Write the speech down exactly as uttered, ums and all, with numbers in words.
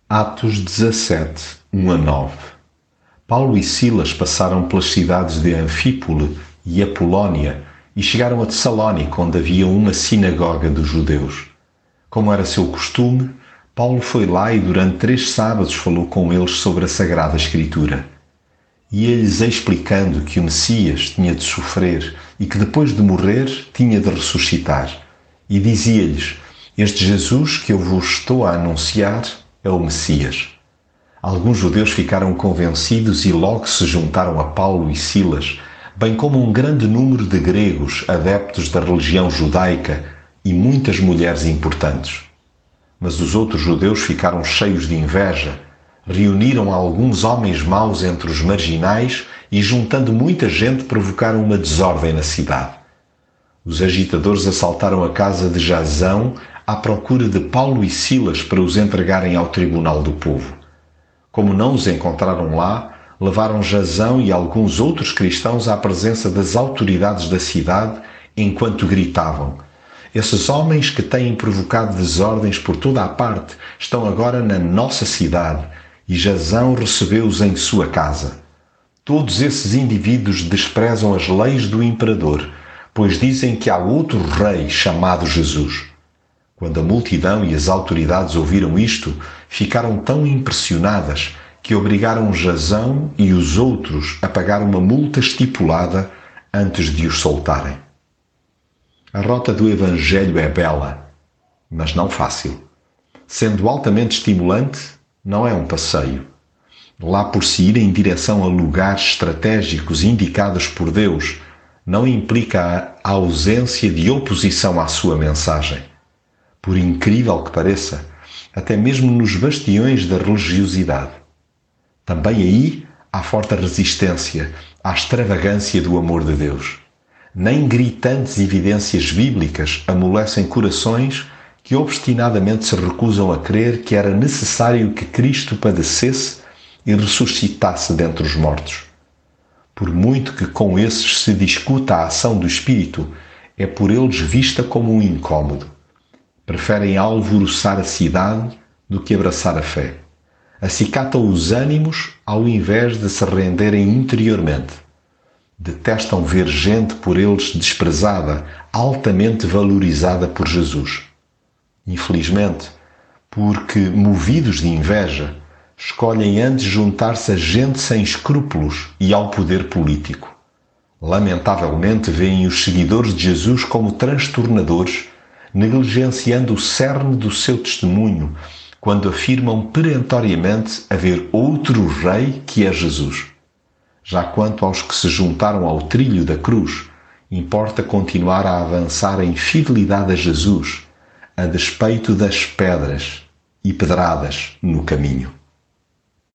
Atos dezassete, um a nove. Paulo e Silas passaram pelas cidades de Anfípole e Apolónia e chegaram a Tessalónica, onde havia uma sinagoga dos judeus. Como era seu costume, Paulo foi lá e durante três sábados falou com eles sobre a Sagrada Escritura. Ia-lhes explicando que o Messias tinha de sofrer e que depois de morrer tinha de ressuscitar. E dizia-lhes: este Jesus que eu vos estou a anunciar é o Messias. Alguns judeus ficaram convencidos e logo se juntaram a Paulo e Silas, bem como um grande número de gregos adeptos da religião judaica e muitas mulheres importantes. Mas os outros judeus ficaram cheios de inveja, reuniram alguns homens maus entre os marginais e, juntando muita gente, provocaram uma desordem na cidade. Os agitadores assaltaram a casa de Jasão à procura de Paulo e Silas para os entregarem ao tribunal do povo. Como não os encontraram lá, levaram Jasão e alguns outros cristãos à presença das autoridades da cidade enquanto gritavam: esses homens que têm provocado desordens por toda a parte estão agora na nossa cidade e Jasão recebeu-os em sua casa. Todos esses indivíduos desprezam as leis do imperador, pois dizem que há outro rei chamado Jesus. Quando a multidão e as autoridades ouviram isto, ficaram tão impressionadas que obrigaram Jasão e os outros a pagar uma multa estipulada antes de os soltarem. A rota do Evangelho é bela, mas não fácil. Sendo altamente estimulante, não é um passeio. Lá por se ir em direção a lugares estratégicos indicados por Deus, não implica a ausência de oposição à sua mensagem. Por incrível que pareça, até mesmo nos bastiões da religiosidade. Também aí há forte resistência à extravagância do amor de Deus. Nem gritantes evidências bíblicas amolecem corações que obstinadamente se recusam a crer que era necessário que Cristo padecesse e ressuscitasse dentre os mortos. Por muito que com esses se discuta a ação do Espírito, é por eles vista como um incômodo. Preferem alvoroçar a cidade do que abraçar a fé. Acicatam os ânimos ao invés de se renderem interiormente. Detestam ver gente por eles desprezada, altamente valorizada por Jesus. Infelizmente, porque, movidos de inveja, escolhem antes juntar-se a gente sem escrúpulos e ao poder político. Lamentavelmente, veem os seguidores de Jesus como transtornadores, negligenciando o cerne do seu testemunho, quando afirmam perentoriamente haver outro rei que é Jesus. Já quanto aos que se juntaram ao trilho da cruz, importa continuar a avançar em fidelidade a Jesus, a despeito das pedras e pedradas no caminho.